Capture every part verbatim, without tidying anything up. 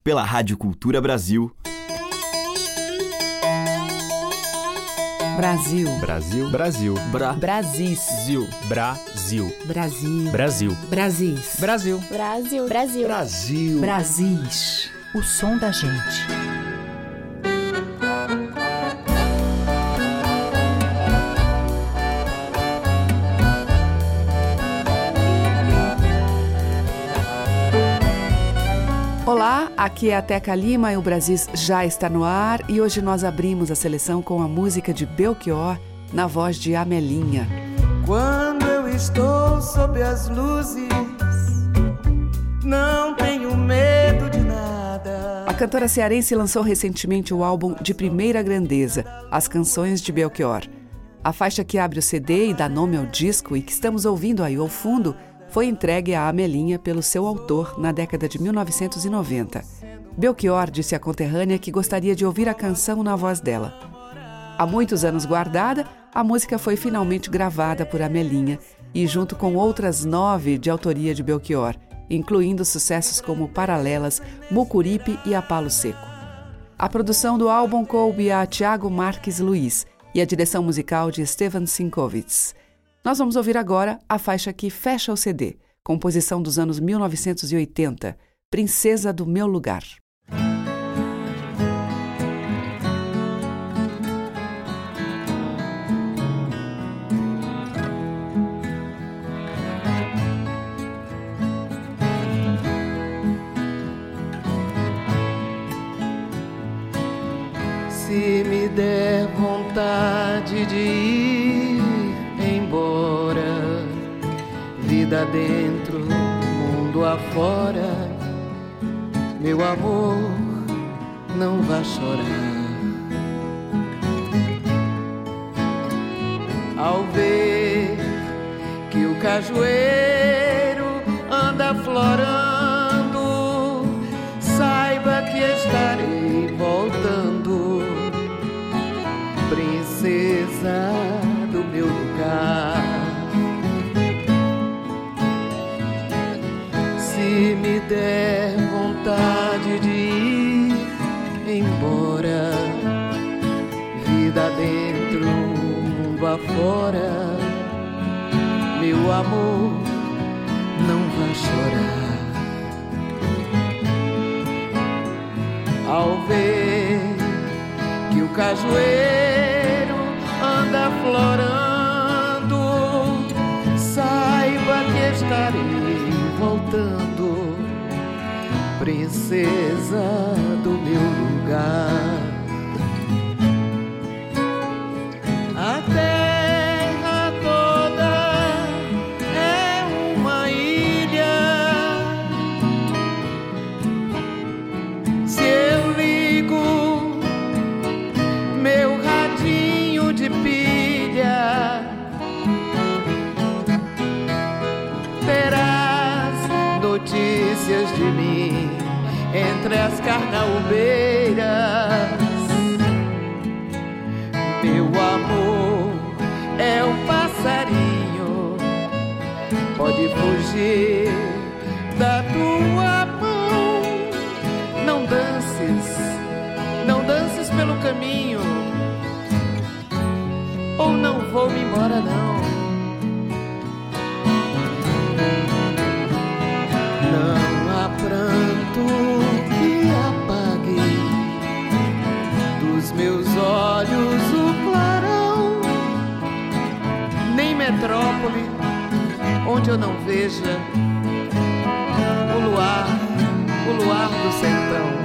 pela Rádio Cultura Brasil. Brasil. Brasil. Brasil. Bra. Brasis. Zil. Brasil. Brasil. Brasil. Brasis. Brasil. Brasil. Brasil. Brasil. Brasis. O som da gente. Olá, aqui é a Teca Lima e o Brasis já está no ar e hoje nós abrimos a seleção com a música de Belchior na voz de Amelinha. Quando eu estou sob as luzes, não tenho medo de nada. A cantora cearense lançou recentemente o álbum De Primeira Grandeza, As Canções de Belchior. A faixa que abre o C D e dá nome ao disco e que estamos ouvindo aí ao fundo foi entregue a Amelinha pelo seu autor na década de mil novecentos e noventa. Belchior disse à conterrânea que gostaria de ouvir a canção na voz dela. Há muitos anos guardada, a música foi finalmente gravada por Amelinha e junto com outras nove de autoria de Belchior, incluindo sucessos como Paralelas, Mucuripe e A Palo Seco. A produção do álbum coube a Thiago Marques Luiz e a direção musical de Stefan Sinkovitz. Nós vamos ouvir agora a faixa que fecha o C D, composição dos anos mil novecentos e oitenta, Princesa do Meu Lugar. Se me der vontade de ir embora, vida dentro, mundo afora, meu amor, não vá chorar. Ao ver que o cajueiro anda florando, saiba que estarei voltando, princesa do meu lugar. Se me der vontade de ir embora, vida dentro, mundo afora, meu amor, não vá chorar. Ao ver que o cajueiro anda florando, saiba que estarei voltando, princesa do meu lugar. A terra toda é uma ilha. Se eu ligo meu radinho de pilha, terás notícias de mim entre as carnaubeiras. Meu amor é um passarinho, pode fugir da tua mão. Não dances, não dances pelo caminho, ou não vou me embora não. Não há pranto que apague dos meus olhos o clarão, nem metrópole onde eu não veja o luar, o luar do sertão.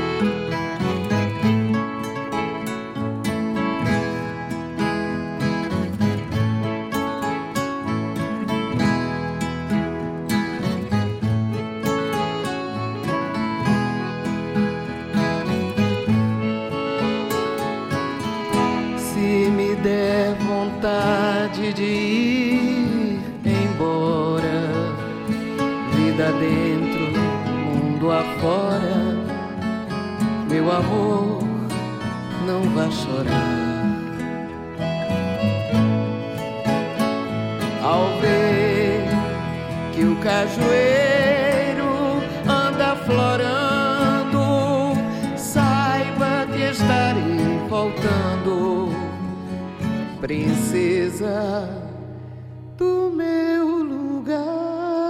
De ir embora, vida dentro, mundo afora, meu amor, não vá chorar. Ao ver que o cajueiro anda florando, princesa do meu lugar.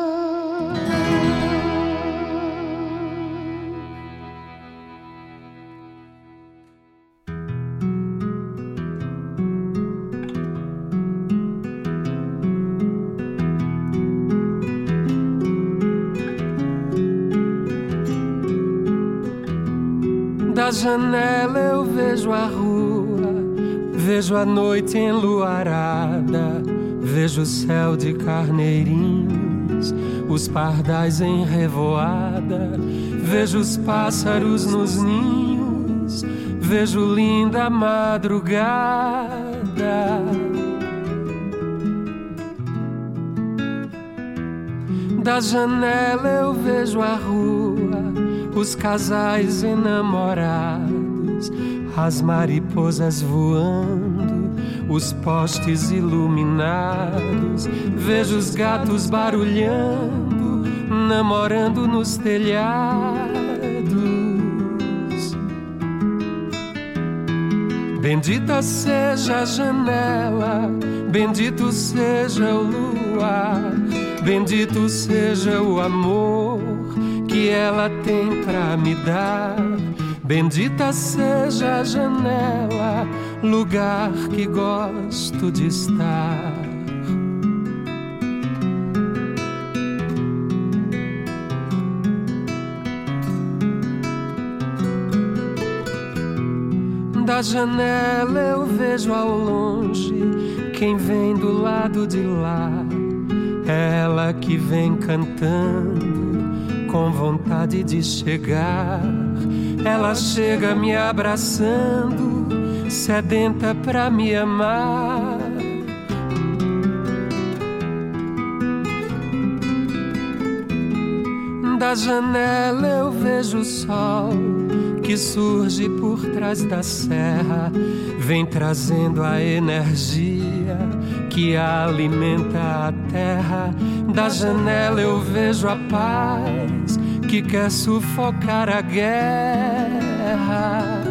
Da janela eu vejo a rua, vejo a noite enluarada, vejo o céu de carneirinhos, os pardais em revoada, vejo os pássaros nos ninhos, vejo linda madrugada. Da janela eu vejo a rua, os casais enamorados, as mariposas voando, os postes iluminados, vejo os gatos barulhando, namorando nos telhados. Bendita seja a janela, bendito seja o luar, bendito seja o amor que ela tem pra me dar. Bendita seja a janela, lugar que gosto de estar. Da janela eu vejo ao longe quem vem do lado de lá. Ela que vem cantando com vontade de chegar. Ela chega me abraçando, sedenta pra me amar. Da janela eu vejo o sol que surge por trás da serra, vem trazendo a energia que alimenta a terra. Da janela eu vejo a paz que quer sufocar a guerra.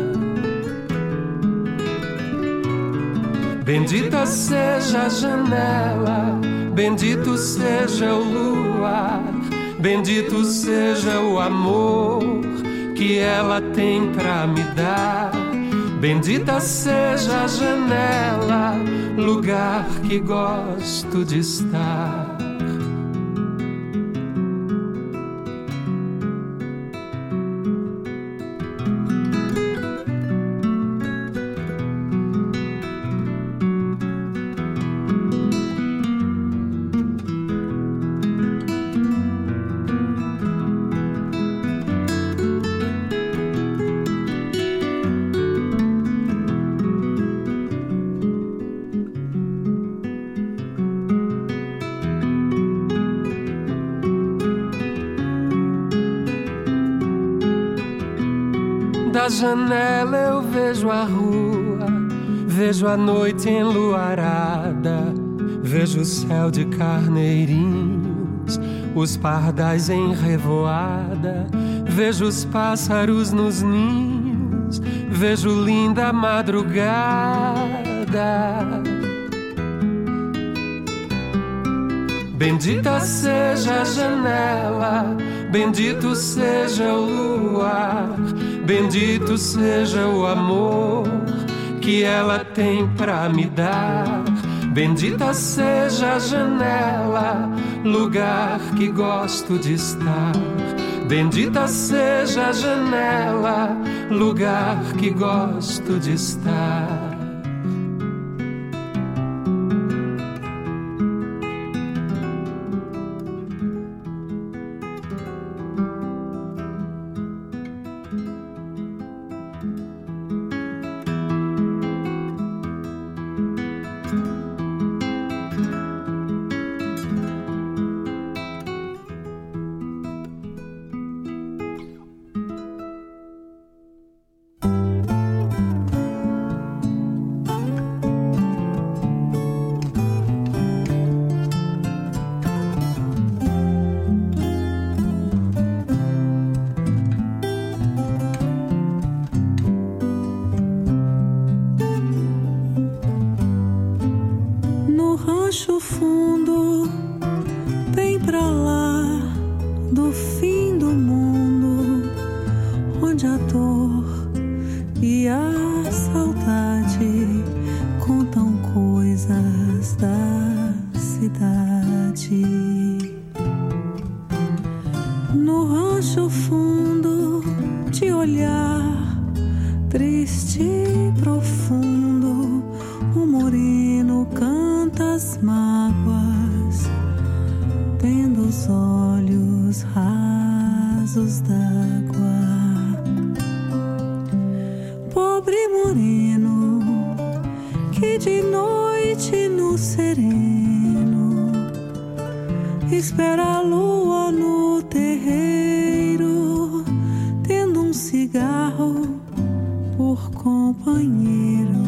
Bendita seja a janela, bendito seja o luar, bendito seja o amor que ela tem pra me dar. Bendita seja a janela, lugar que gosto de estar. Da janela eu vejo a rua, vejo a noite enluarada, vejo o céu de carneirinhos, os pardais em revoada, vejo os pássaros nos ninhos, vejo linda madrugada. Bendita seja a janela, bendito seja o luar, bendito seja o amor que ela tem pra me dar. Bendita seja a janela, lugar que gosto de estar. Bendita seja a janela, lugar que gosto de estar. onde a dor e a saudade contam coisas da cidade. No rancho fundo de olhar triste e profundo, o moreno canta as mágoas, tendo os olhos rasos d'água. Pobre moreno, que de noite no sereno espera a lua no terreiro, tendo um cigarro por companheiro.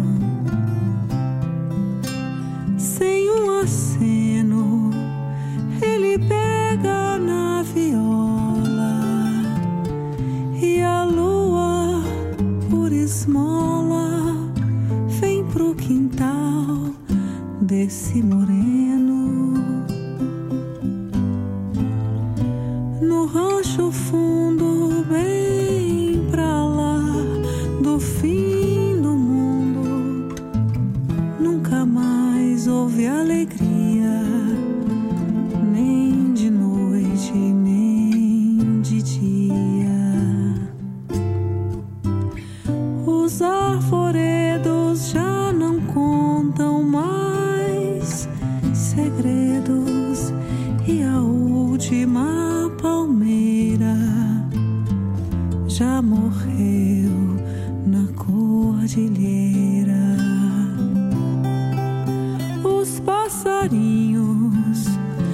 Sem um aceno, ele pega na viola e a lua, por esmola, vem pro quintal desse moreno. No rancho fundo, bem pra lá do fim do mundo, nunca mais houve alegria, nem de noite, nem de dia. Os arvoredos já não contam mais segredos, e a última palmeira já morreu na cordilheira. Os passarinhos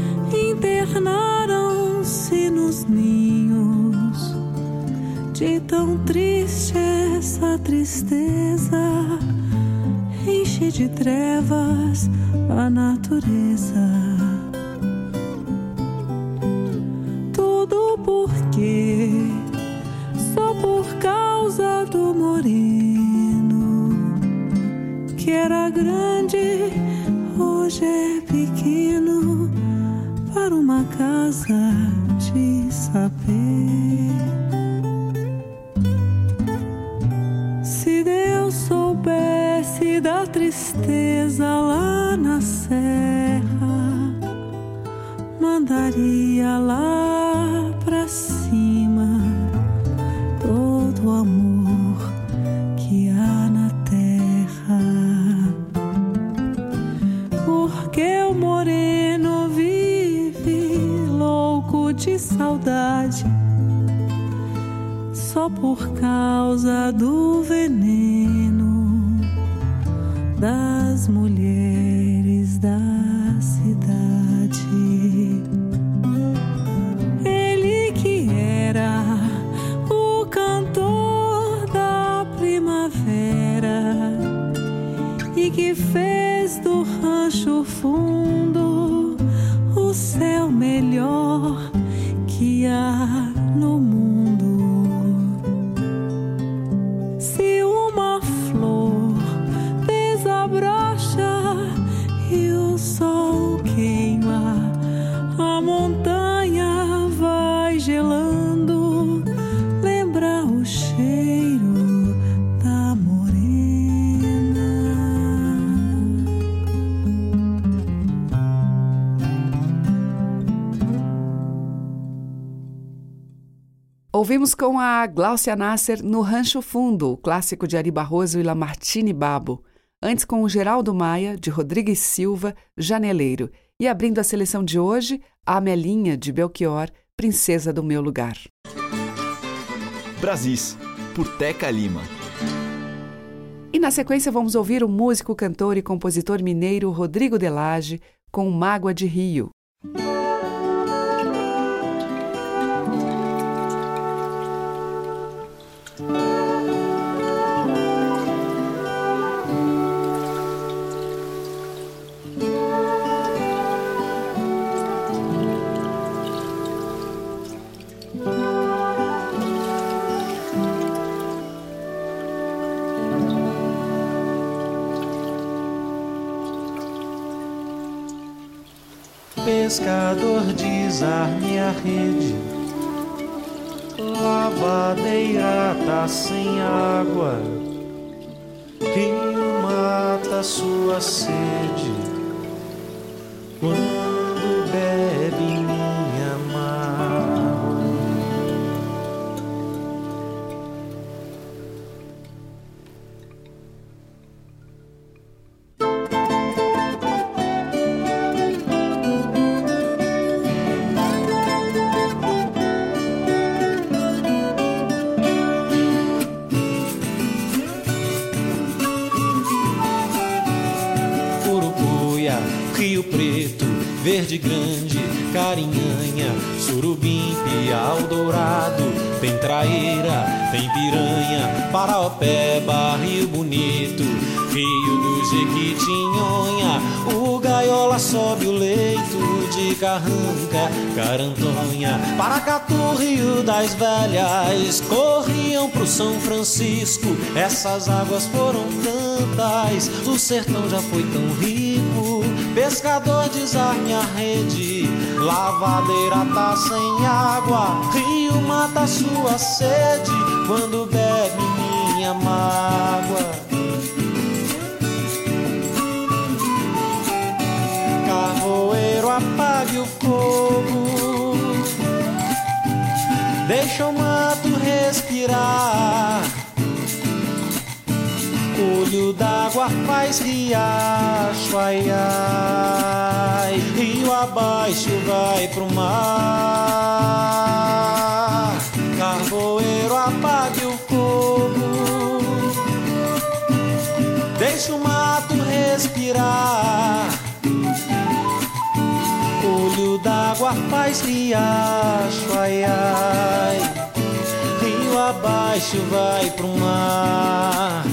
internaram-se nos ninhos, de tão triste essa tristeza enche de trevas a natureza. Tudo porque só por causa do moreno, que era grande, hoje é pequeno para uma casa de saber. Se Deus soubesse da tristeza lá na serra, mandaria lá pra cima todo o amor que há na terra. Porque o moreno vive louco de saudade, só por causa do veneno das mulheres da cidade. Ele que era o cantor da primavera e que fez do rancho fundo o céu melhor que há no mundo. Se uma flor desabrocha e o sol queima, a montanha vai gelando, lembra o cheiro da morena. Ouvimos com a Gláucia Nasser no Rancho Fundo, o clássico de Ari Barroso e Lamartine Babo. Antes com o Geraldo Maia, de Rodrigues Silva, Janeleiro. E abrindo a seleção de hoje, a Amelinha, de Belchior, Princesa do Meu Lugar. Brasis, por Teca Lima. E na sequência vamos ouvir o músico, cantor e compositor mineiro Rodrigo de Lage com Mágoa de Rio. Pescador, desarme a rede, lavadeira tá sem água, rio mata sua sede quando bebe minha mágoa. Rio Preto, Verde Grande, Carinhanha, Surubim, Piau Dourado, tem Traíra, tem Piranha, Paraopeba, Rio Bonito, Rio do Jequitinhonha, o Gaiola sobe o leito de Carranca, Carantonha, Paracatu, Rio das Velhas, corriam pro São Francisco, essas águas foram tantas, o sertão já foi tão rico, pescador desarme a rede, lavadeira tá sem água, rio mata sua sede quando bebe minha mágoa. Carvoeiro, apague o fogo, deixa o mato respirar, olho d'água faz riacho, ai ai, rio abaixo vai pro mar. Carvoeiro, apague o fogo, deixa o mato respirar, olho d'água faz riacho, ai ai, rio abaixo vai pro mar.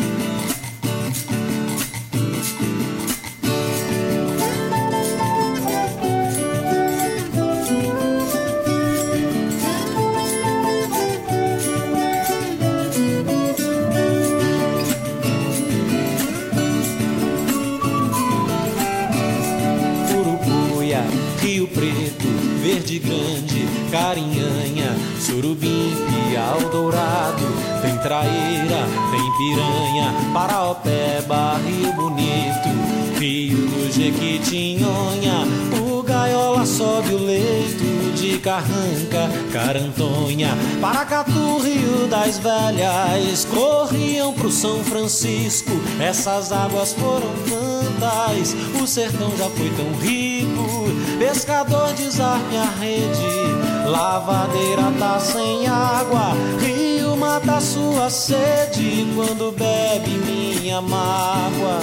Rio Preto, Verde Grande, Carinhanha, Surubim, Piau Dourado, tem Traíra, tem Piranha, Paraopeba, Rio Bonito, Rio do Jequitinhonha, o Gaiola sobe o leito de Carranca, Carantonha, Paracatu, Rio das Velhas, corriam pro São Francisco, essas águas foram tantas, o sertão já foi tão rico, pescador desarme a rede, lavadeira tá sem água, rio mata sua sede quando bebe minha mágoa.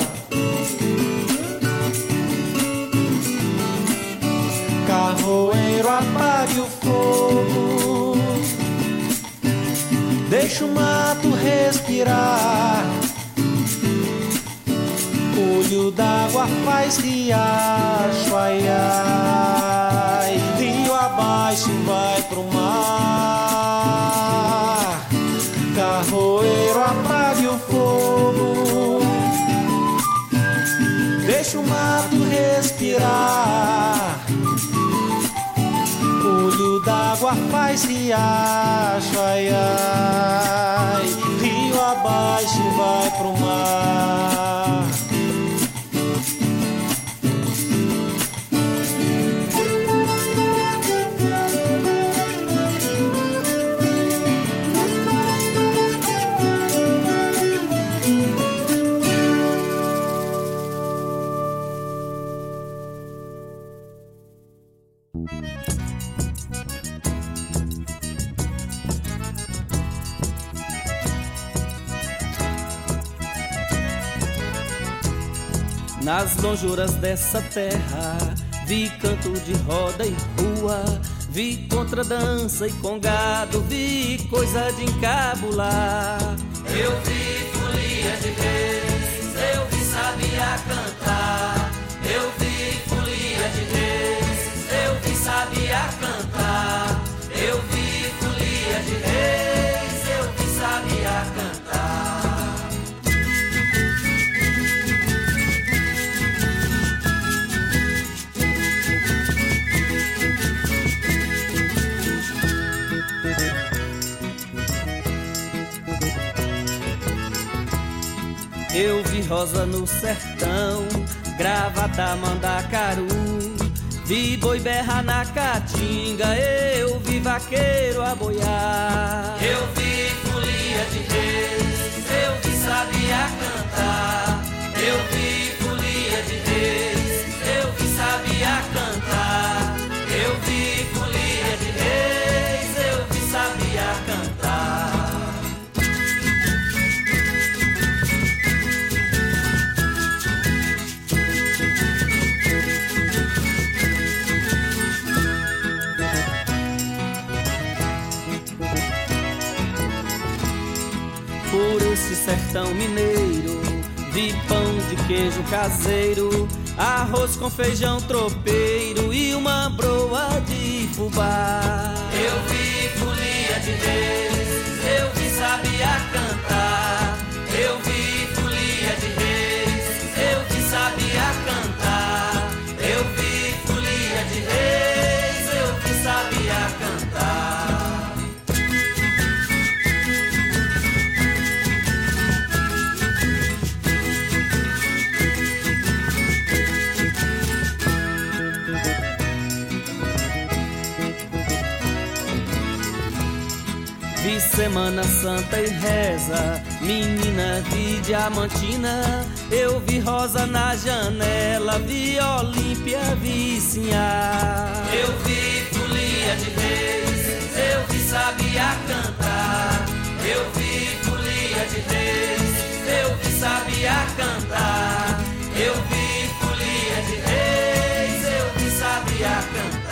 Carvoeiro, apague o fogo, deixa o mato respirar, olho d'água faz riacho, ai ai, rio abaixo vai pro mar. Carvoeiro, apague o fogo, deixa o mato respirar, olho d'água faz riacho, ai ai, rio abaixo vai pro mar. Nas lonjuras dessa terra, vi canto de roda e rua, vi contradança e congado, vi coisa de encabular. Eu vi folia de reis, eu vi sabia cantar. Eu vi folia de reis, eu vi sabia cantar. Eu vi folia de reis, eu vi sabia cantar. Eu vi rosa no sertão, gravata mandacaru. Vi boi berra na caatinga, eu vi vaqueiro a boiar. Eu vi folia de reis, eu vi sabia cantar. Eu vi folia de reis, eu vi sabia cantar. Eu vi folia de reis, eu vi sabia cantar. Por esse sertão mineiro, vi pão de queijo caseiro, arroz com feijão tropeiro e uma broa de fubá. Eu vi folia de reis, eu vi sabia cantar. Eu vi folia de reis, eu vi sabia cantar. Eu vi folia de reis, eu vi sabia cantar. Vi Semana Santa e reza, menina vi Diamantina. Eu vi rosa na janela, vi Olímpia, vi Sinhá. Eu vi folia de reis, eu vi sabia cantar. Eu vi folia de reis, eu vi sabia cantar. Eu vi folia de reis, eu vi sabia cantar.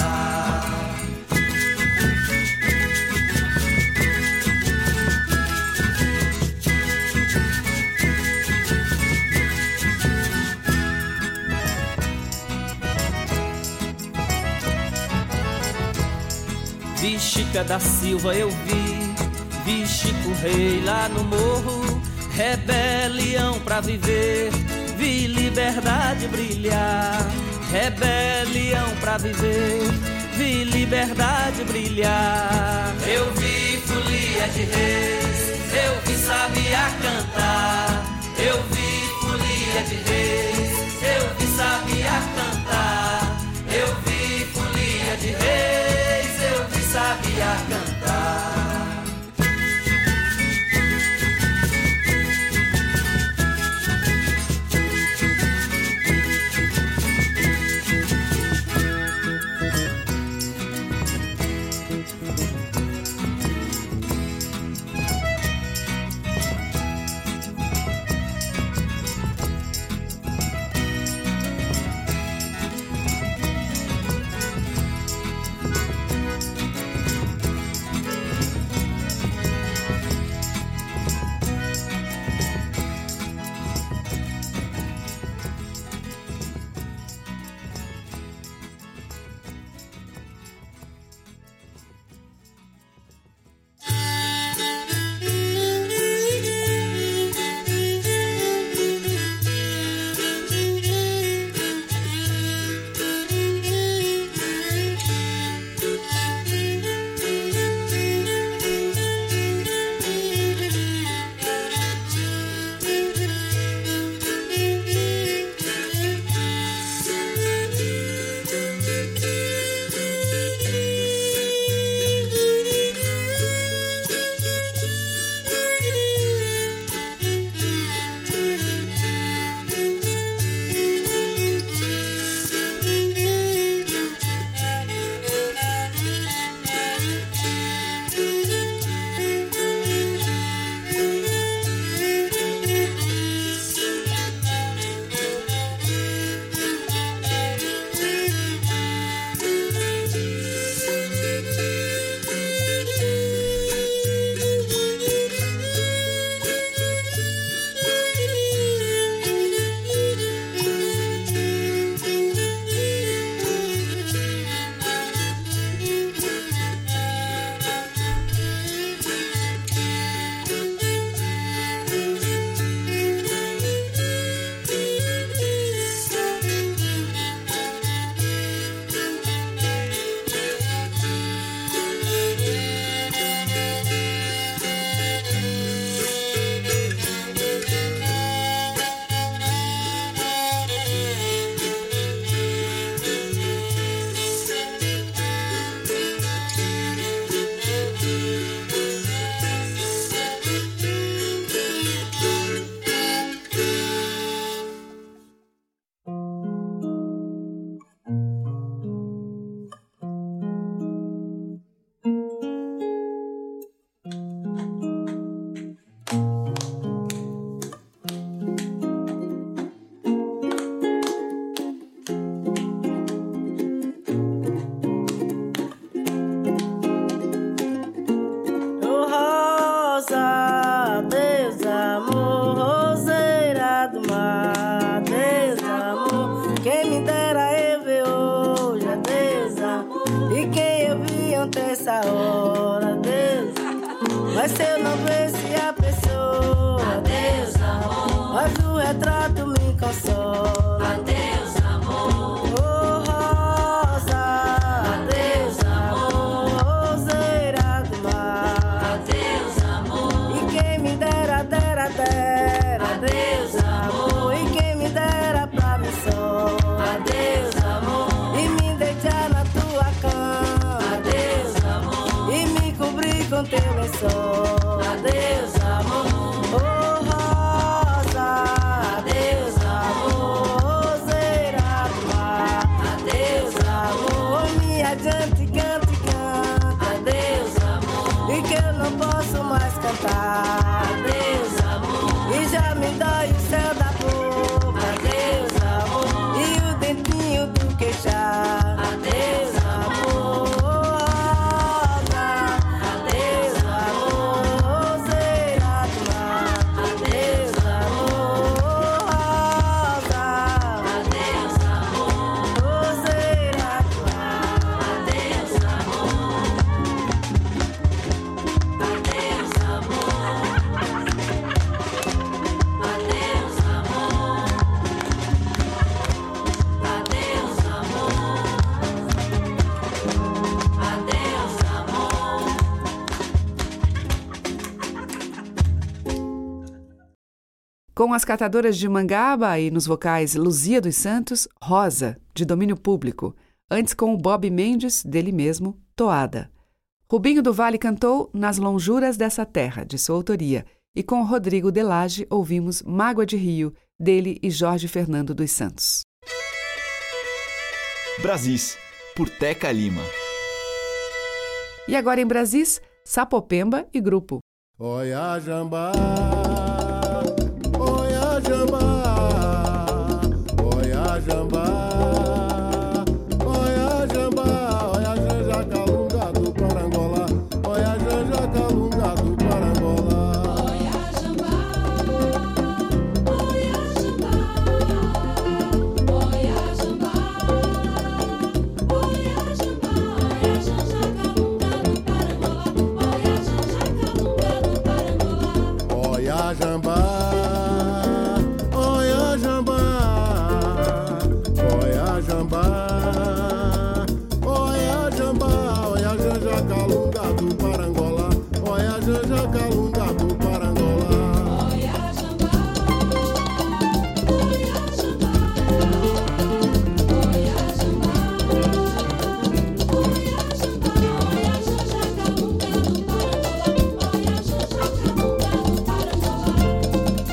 Vi Chica da Silva, eu vi, vi Chico Rei lá no morro. Rebelião pra viver, vi liberdade brilhar. Rebelião pra viver, vi liberdade brilhar. Eu vi folia de reis, eu vi sabia cantar. Eu vi folia de reis, eu vi sabia cantar. Eu vi folia de reis, eu vi sabia cantar. adeus amor, roseira do mar, adeus amor, quem me dera eu ver hoje, adeus amor, e quem eu vi ontem essa hora, adeus, mas se eu não visse a pessoa, adeus amor, mas o retrato me consola, adeus amor, oh rosa, adeus amor, roseira do mar, adeus amor, e quem me dera, dera, dera, adeus amor, e quem me dera pra mim só, adeus amor, e me deitar na tua cama, adeus amor, e me cobrir com teu lençol, adeus amor, oh rosa, adeus amor, roseira do mar, adeus amor, me adiante, cante, canta, adeus amor, e que eu não posso mais cantar, adeus amor, e já me dói o céu da boca, adeus amor, e o dentinho do queixar, adeus amor, rosa, adeus amor, roseira do mar, adeus amor, rosa, adeus amor, roseira do mar, adeus amor, adeus amor, adeus amor, adeus amor, adeus amor. Com as catadoras de Mangaba e nos vocais Luzia dos Santos, Rosa, de domínio público. Antes com o Bob Mendes, dele mesmo, Toada. Rubinho do Vale cantou Nas Lonjuras dessa Terra, de sua autoria. E com Rodrigo Delage ouvimos Mágoa de Rio, dele e Jorge Fernando dos Santos. Brasis, por Teca Lima. E agora em Brasis, Sapopemba e Grupo. Oia jambá, oia jambá, oia jambá, oia jambá, oia janja calunga do Parangola, oia janja calunga do Parangola. Oia jambá, oia jambá, oia jambá, oia jambá, oia janja calunga do Parangola, oia janja calunga do Parangola. Oia jambá, oia jambá, oia jambá, oia jambá, oia janja calunga do Parangola, oia janja calunga do Parangola. Oia jambá, oia jambá, oia jambá, oia jambá, oia janja calunga do Parangola, oia janja calunga do Parangola.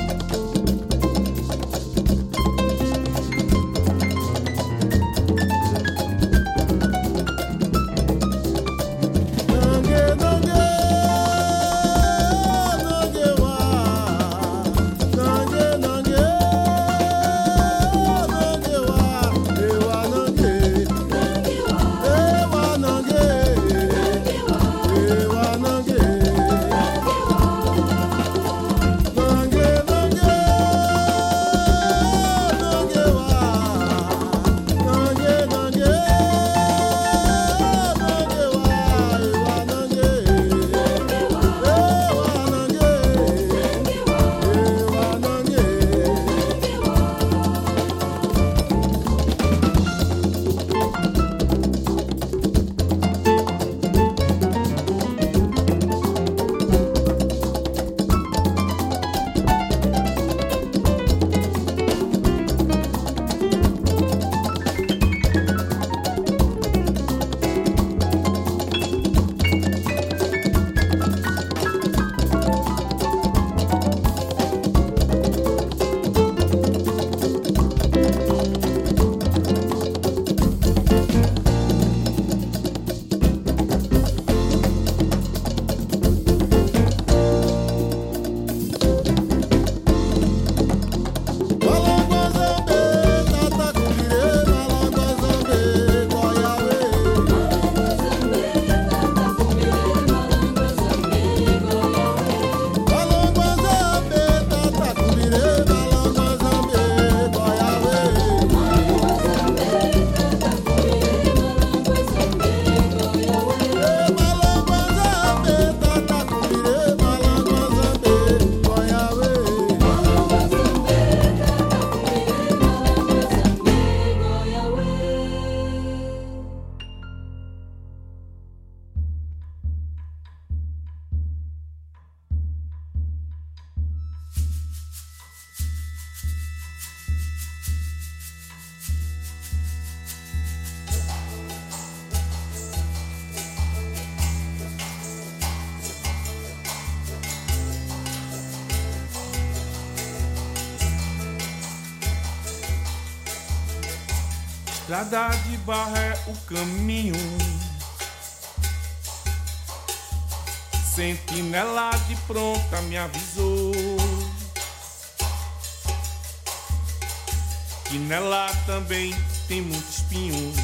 Estrada de barro é o caminho, sentinela de pronta me avisou que nela também tem muito espinho.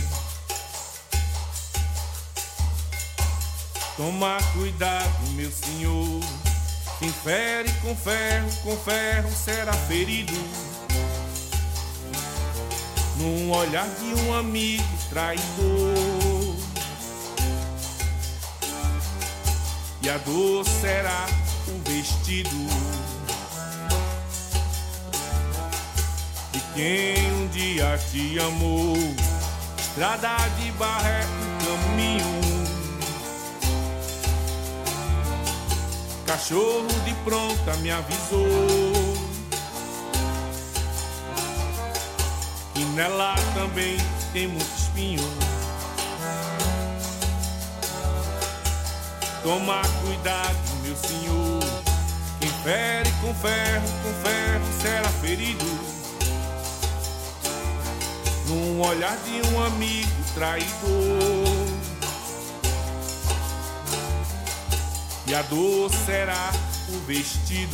Toma cuidado, meu senhor, quem fere com ferro, com ferro será ferido. Num olhar de um amigo traidor, e a dor será o vestido de quem um dia te amou. Estrada de barro é um caminho, cachorro de pronta me avisou que nela também tem muito espinho. Toma cuidado, meu senhor, quem fere com ferro, com ferro será ferido. Num olhar de um amigo traidor, e a dor será o vestido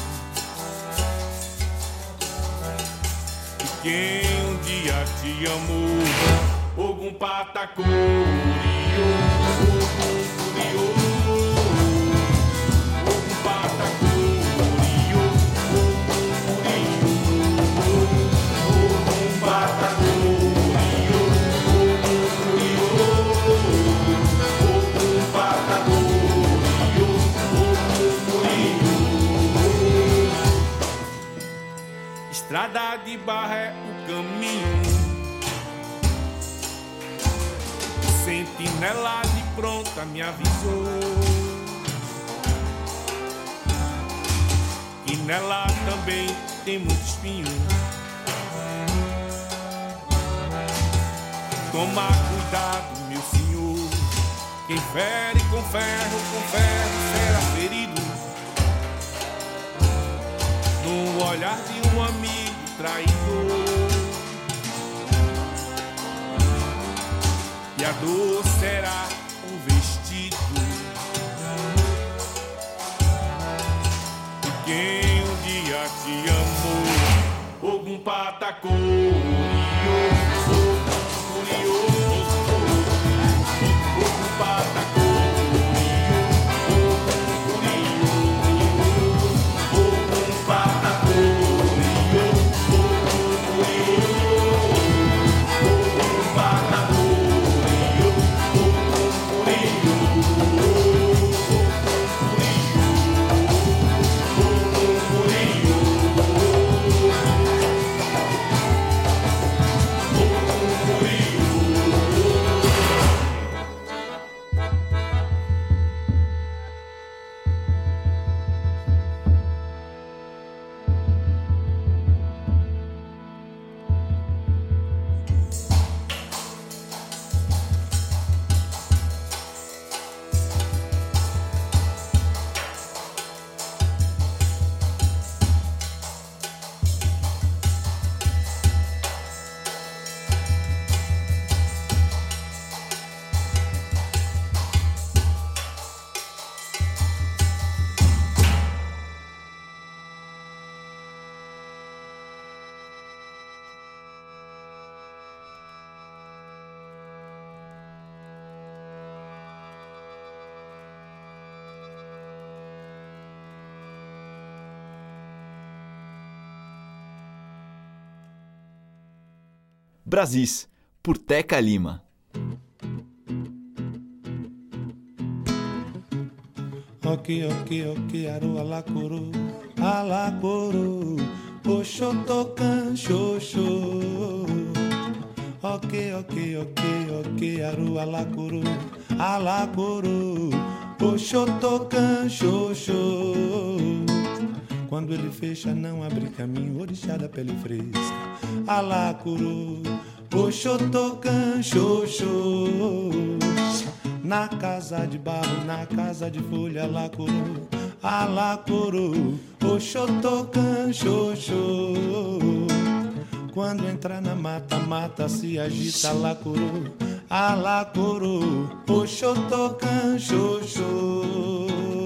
de quem um dia te amou. Ogum patacurio, ogum curio, ogum patacurio, ogum curio, ogum patacurio, ogum curio, ogum patacurio, ogum curio. Estrada de barro é o caminho, sentinela de pronta me avisou que nela também tem muito espinho. Toma cuidado, meu senhor, quem fere com ferro, com ferro será ferido. No olhar de um amigo traidor, e a dor será o vestido de quem um dia te amou. Ogum patacurio, ogum curio, ogum patacurio, ogum curio, ogum patacurio, ogum curio, ogum patacurio. Brasis, por Teca Lima. Ok, ok, ok, aru alacuru, alacuru, oxotocan, xoxô. Ok, ok, ok, ok, aru alacuru, alacuru, oxotocan, xoxô. Quando ele fecha, não abre caminho, orixá da pele fresca. Alacuru, oxotocan, xoxô. Na casa de barro, na casa de folha, alacuru, alacuru, oxotocan, xoxô. Quando entra na mata, mata se agita, alacurô, alacurô, oxotocan, xoxô.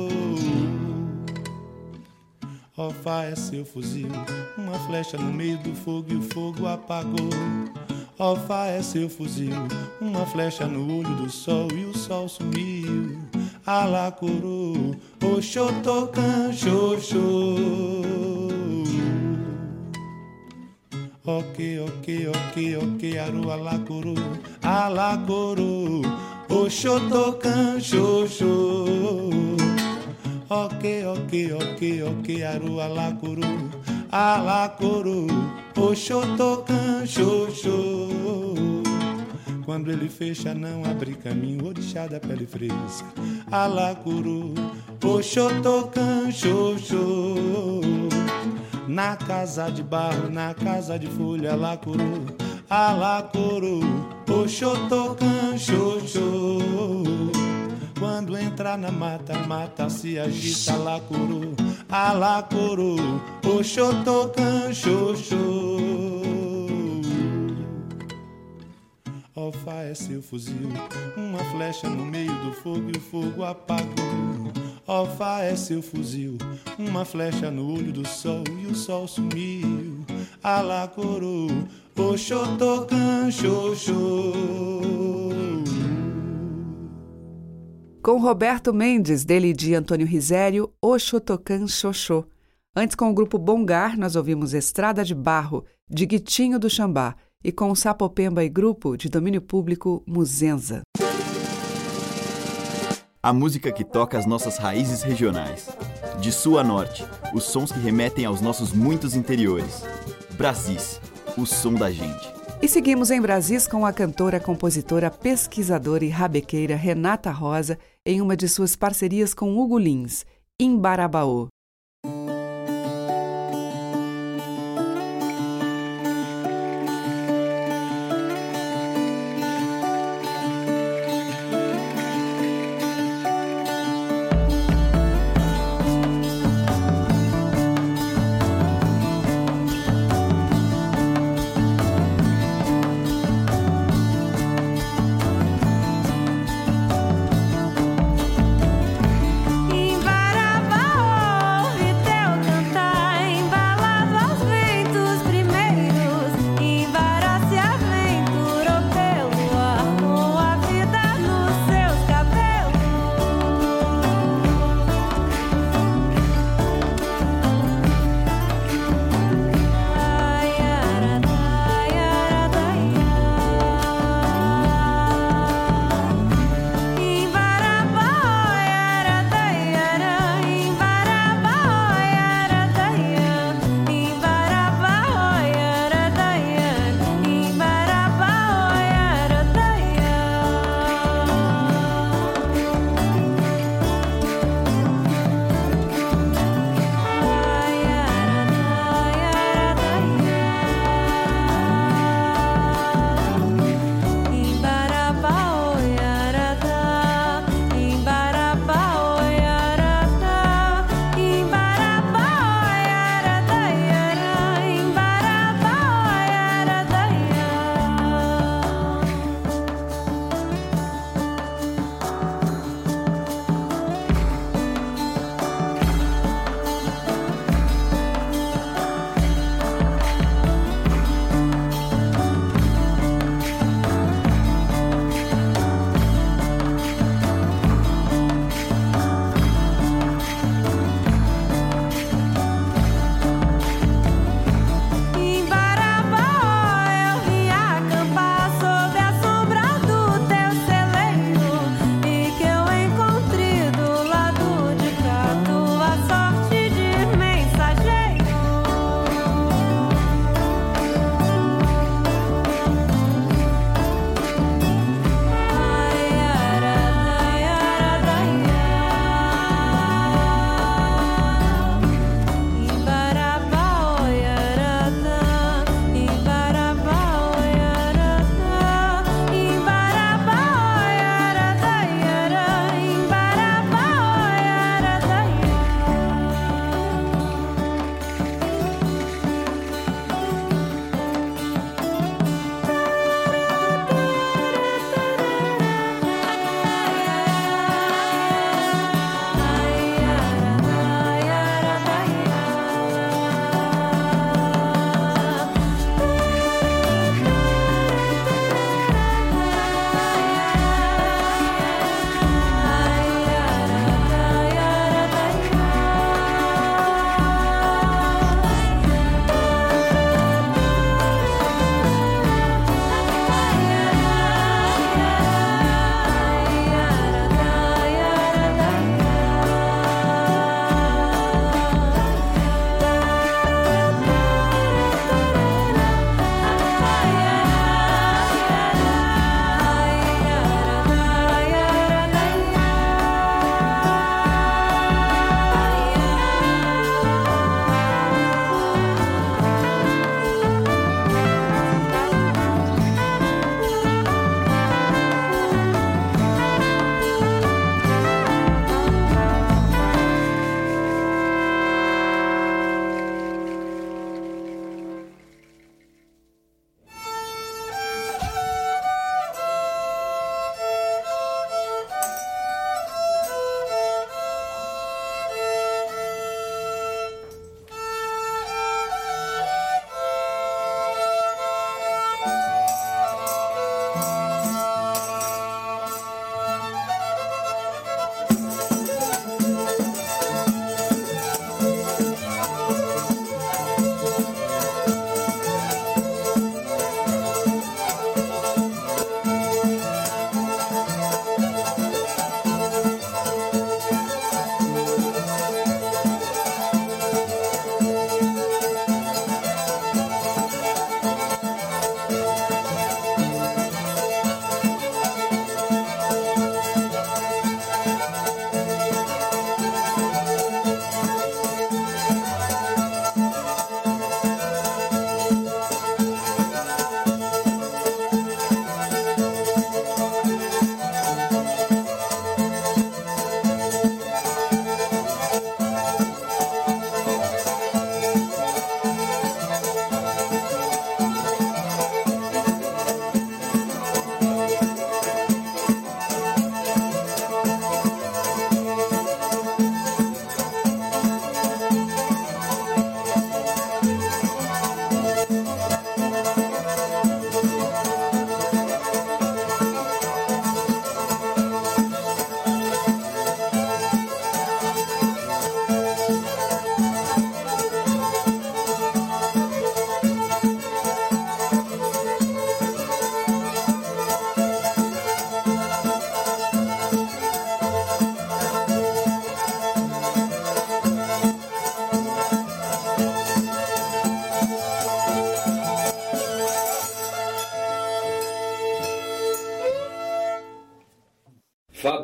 Ofá é seu fuzil, uma flecha no meio do fogo e o fogo apagou. Ofá é seu fuzil, uma flecha no olho do sol e o sol sumiu. Alacurô, oxotocan, xoxô. Ok, ok, ok, ok, aru, alacurô, alacurô, oxotocan, xoxô. Ok, ok, ok, ok, aru, alacurô, alacurô, oxotocan, xoxô. Quando ele fecha não abre caminho, orixá da pele fresca, alacurô, oxotocan, xoxô. Na casa de barro, na casa de folha, alacurô, alacurô, oxotocan, xoxô. Quando entra na mata, mata se agita, alacurô, alacurô, oxotocan, xoxô. Ofá é seu fuzil, uma flecha no meio do fogo e o fogo apagou. Ofá é seu fuzil, uma flecha no olho do sol e o sol sumiu. Alacurô, oxotocan, xoxô. Com Roberto Mendes, dele e de Antônio Risério, Oxotocan, xoxô. Antes, com o grupo Bongar, nós ouvimos Estrada de Barro, de Guitinho do Xambá, e com Sapopemba e Grupo, de domínio público, Muzenza. A música que toca as nossas raízes regionais. De sul a norte, os sons que remetem aos nossos muitos interiores. Brasis, o som da gente. E seguimos em Brasis com a cantora, compositora, pesquisadora e rabequeira Renata Rosa em uma de suas parcerias com Hugo Lins, Imbarabaô. Imbarabaô,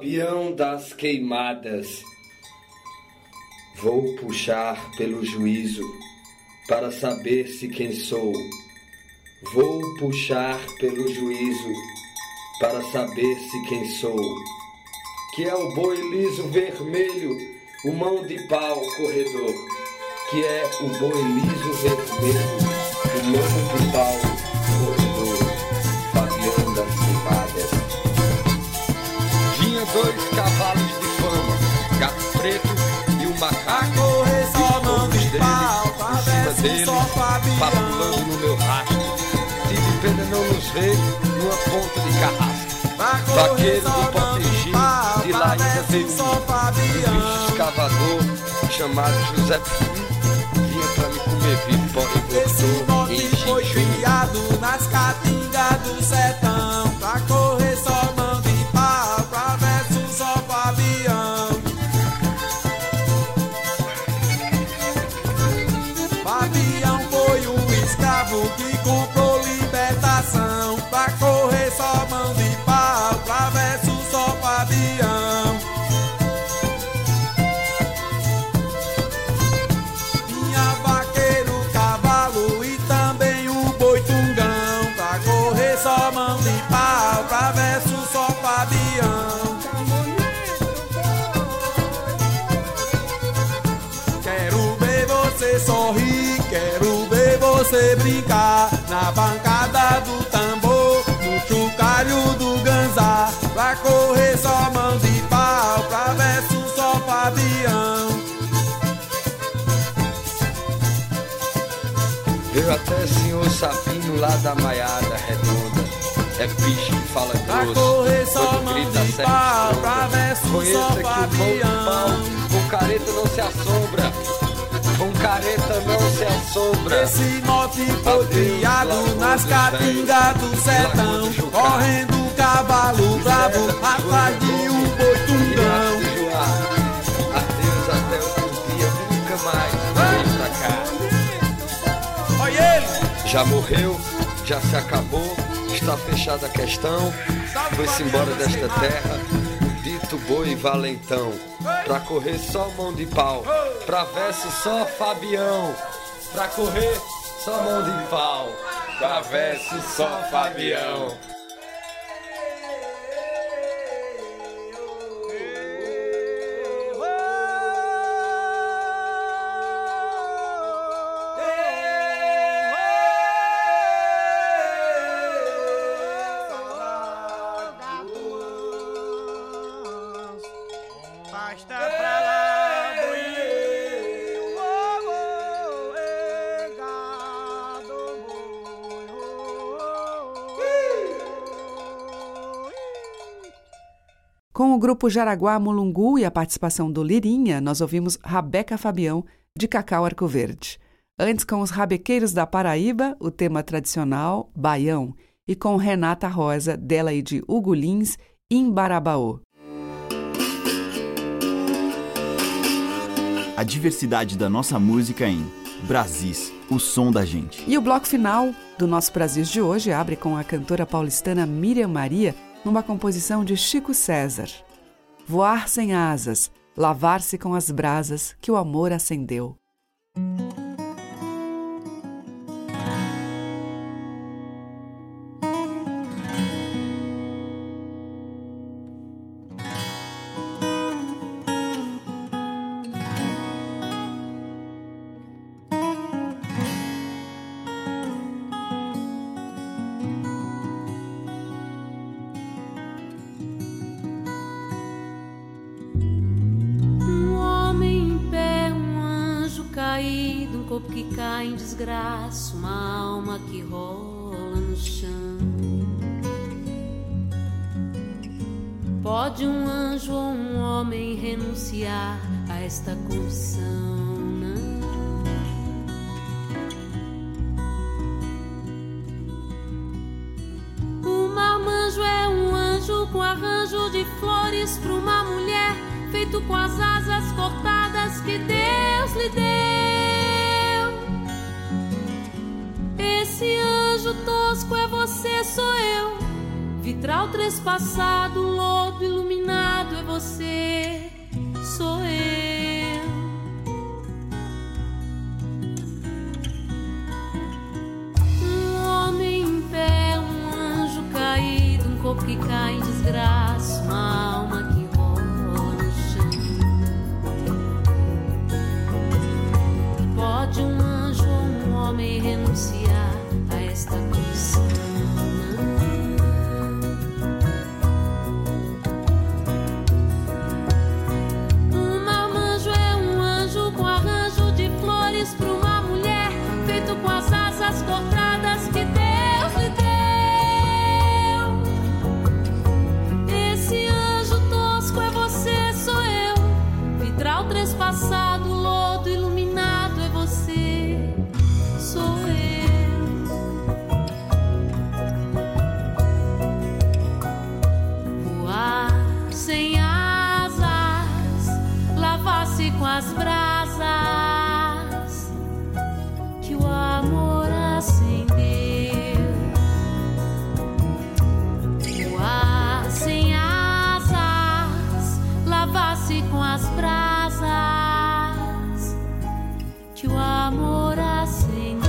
Fabião das queimadas, vou puxar pelo juízo para saber se quem sou. Vou puxar pelo juízo para saber se quem sou. Que é o boi liso vermelho, o mão de pau corredor. Que é o boi liso vermelho, o mão de pau corredor. Fabião das queimadas. Vinha dois cavalos de fama, gato preto e um macaco. E todos dele, por cima dele, papulando no meu rastro. Tive pena não nos ver numa ponta de carrasco. Vaqueiro do Potengi, de lá ainda veio um bicho escavador chamado José Pinho. Vinha pra me comer vivo, porém voltou em foi criado nas caatingas do sertão. Pra correr só mão de pau, pra verso só Fabião. Fabião foi um escravo que comprou libertação. Pra correr só mão de pau, pra verso só Fabião. Tinha vaqueiro, cavalo e também o boi tungão. Pra correr só mão de pau, pra verso só Fabião. Quero ver você sorrir, quero ver você brincar na bancada do tambor, no chocalho do ganzá. Pra correr só mão de pau, pra verso só Fabião. Veio até senhor Sabino lá da Maiada Redonda. É bicho que fala grosso, quando grita sete estronda. Conheça que o mão de pau, com careta não se assombra. Com careta não se assombra. Esse mote foi criado nas caatingas do sertão, correndo o cavalo bravo atrás de um boi tungão. Adeus até outro dia, nunca mais vem pra cá. Olha ele! Já morreu, já se acabou, está fechada a questão. Foi-se embora desta terra o dito boi valentão. Pra correr só mão de pau, pra verso só Fabião. Pra correr só mão de pau, pra verso só Fabião. Com o grupo Jaraguá Mulungu e a participação do Lirinha, nós ouvimos Rabeca Fabião, de Cacau Arco Verde. Antes, com os Rabequeiros da Paraíba, o tema tradicional, Baião, e com Renata Rosa, dela e de Hugo Lins, Imbarabaô. A diversidade da nossa música em Brasis, o som da gente. E o bloco final do nosso Brasis de hoje abre com a cantora paulistana Miriam Maria, numa composição de Chico César. Voar sem asas, lavar-se com as brasas que o amor acendeu. Que cai em desgraça, uma alma que rola no chão. Pode um anjo ou um homem renunciar a esta condição? Não. O marmanjo é um anjo com arranjo de flores para uma mulher, feito com as asas cortadas que Deus lhe deu. Esse anjo tosco é você, sou eu. Vitral trespassado, lodo iluminado, é você, sou eu. Um homem em pé, um anjo caído, um corpo que cai em desgraça, uma alma que rola no chão. Pode um anjo ou um homem renunciar a esta condição? Um marmanjo é um anjo com arranjo de flores para uma mulher, feito com as asas cortadas que Deus lhe deu. Esse anjo tosco é você, sou eu. Vitral trespassado, lodo iluminado é você, sou eu. Voar sem asas, lavar-se com as brasas que o amor acendeu. Voar sem asas, lavar-se com as brasas que o amor acendeu.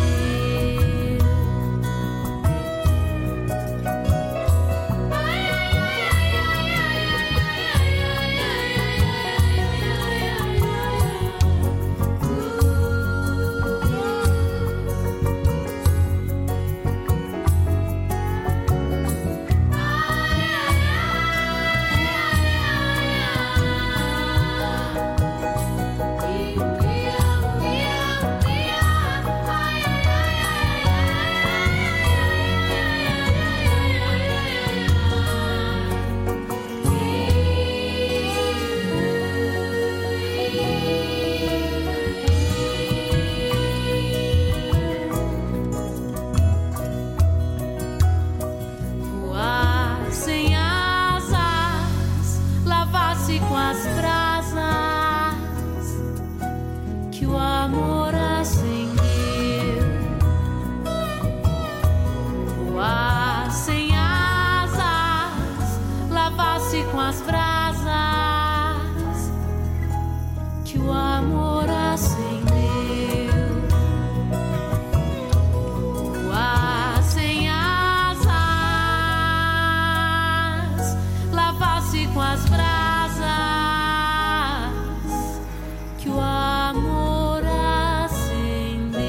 Voar sem asas, lavar-se com as brasas que o amor acendeu. Voar sem asas, lavar-se com as brasas que o amor acendeu. Voar sem asas, lavar-se com as brasas que o amor acendeu.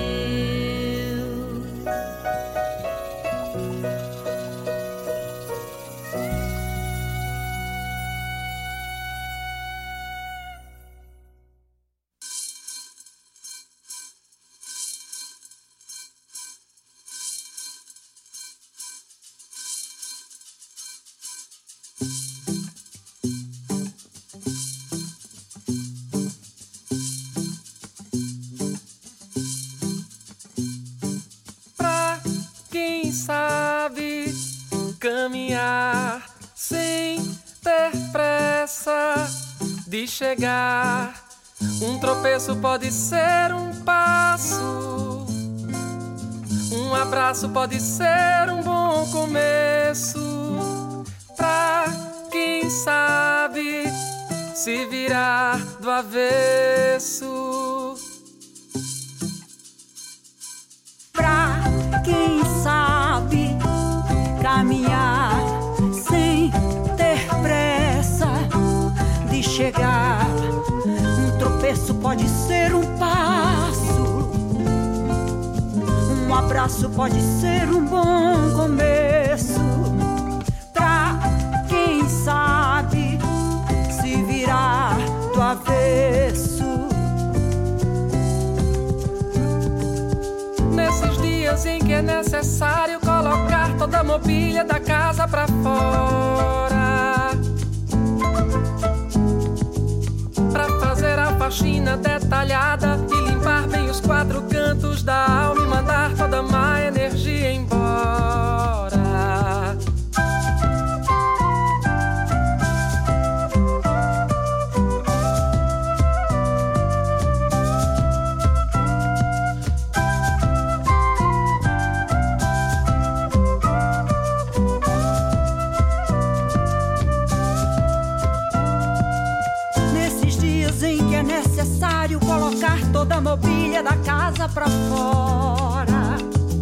Pra quem sabe caminhar sem ter pressa de chegar, um tropeço pode ser um passo, um abraço pode ser um bom começo. Pra quem sabe se virar do avesso. Pra quem sabe caminhar sem ter pressa de chegar, um tropeço pode ser um passo, um abraço pode ser um bom começo. Pra quem sabe se virar do avesso. Nesses dias em que é necessário colocar toda a mobília da casa pra fora, pra fazer a faxina detalhada e limpar bem os quatro cantos da alma e mandar toda má energia embora. pra fora,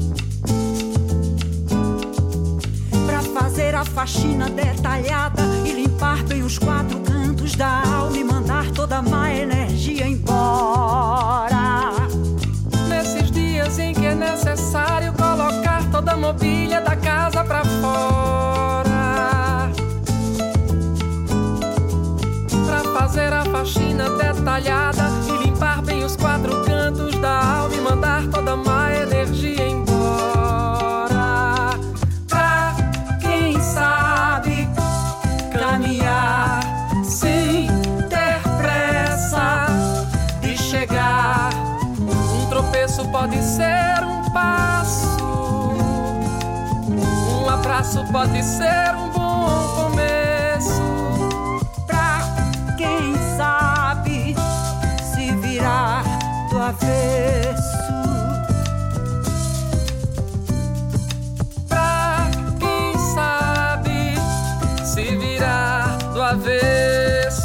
pra fazer a faxina detalhada e limpar bem os quatro cantos da alma e mandar toda a má energia embora. Nesses dias em que é necessário colocar toda a mobília da casa pra fora, pra fazer a faxina detalhada e limpar bem os quatro cantos da alma e mandar toda a má energia embora. Pra quem sabe caminhar sem ter pressa de chegar, um tropeço pode ser um passo, um abraço pode ser um bom começo. Pra quem sabe se virar do avesso, pra quem sabe se virar do avesso.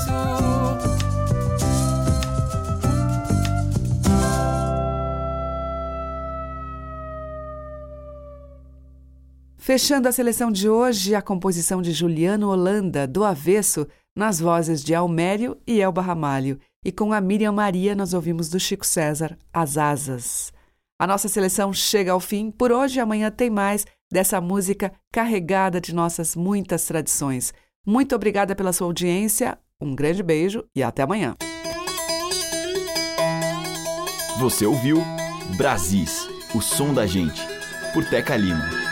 Fechando a seleção de hoje, a composição de Juliano Holanda, Do Avesso, nas vozes de Almério e Elba Ramalho. E com a Miriam Maria, nós ouvimos do Chico César, As Asas. A nossa seleção chega ao fim. Por hoje, amanhã tem mais dessa música carregada de nossas muitas tradições. Muito obrigada pela sua audiência, um grande beijo e até amanhã. Você ouviu Brasis, o som da gente, por Teca Lima.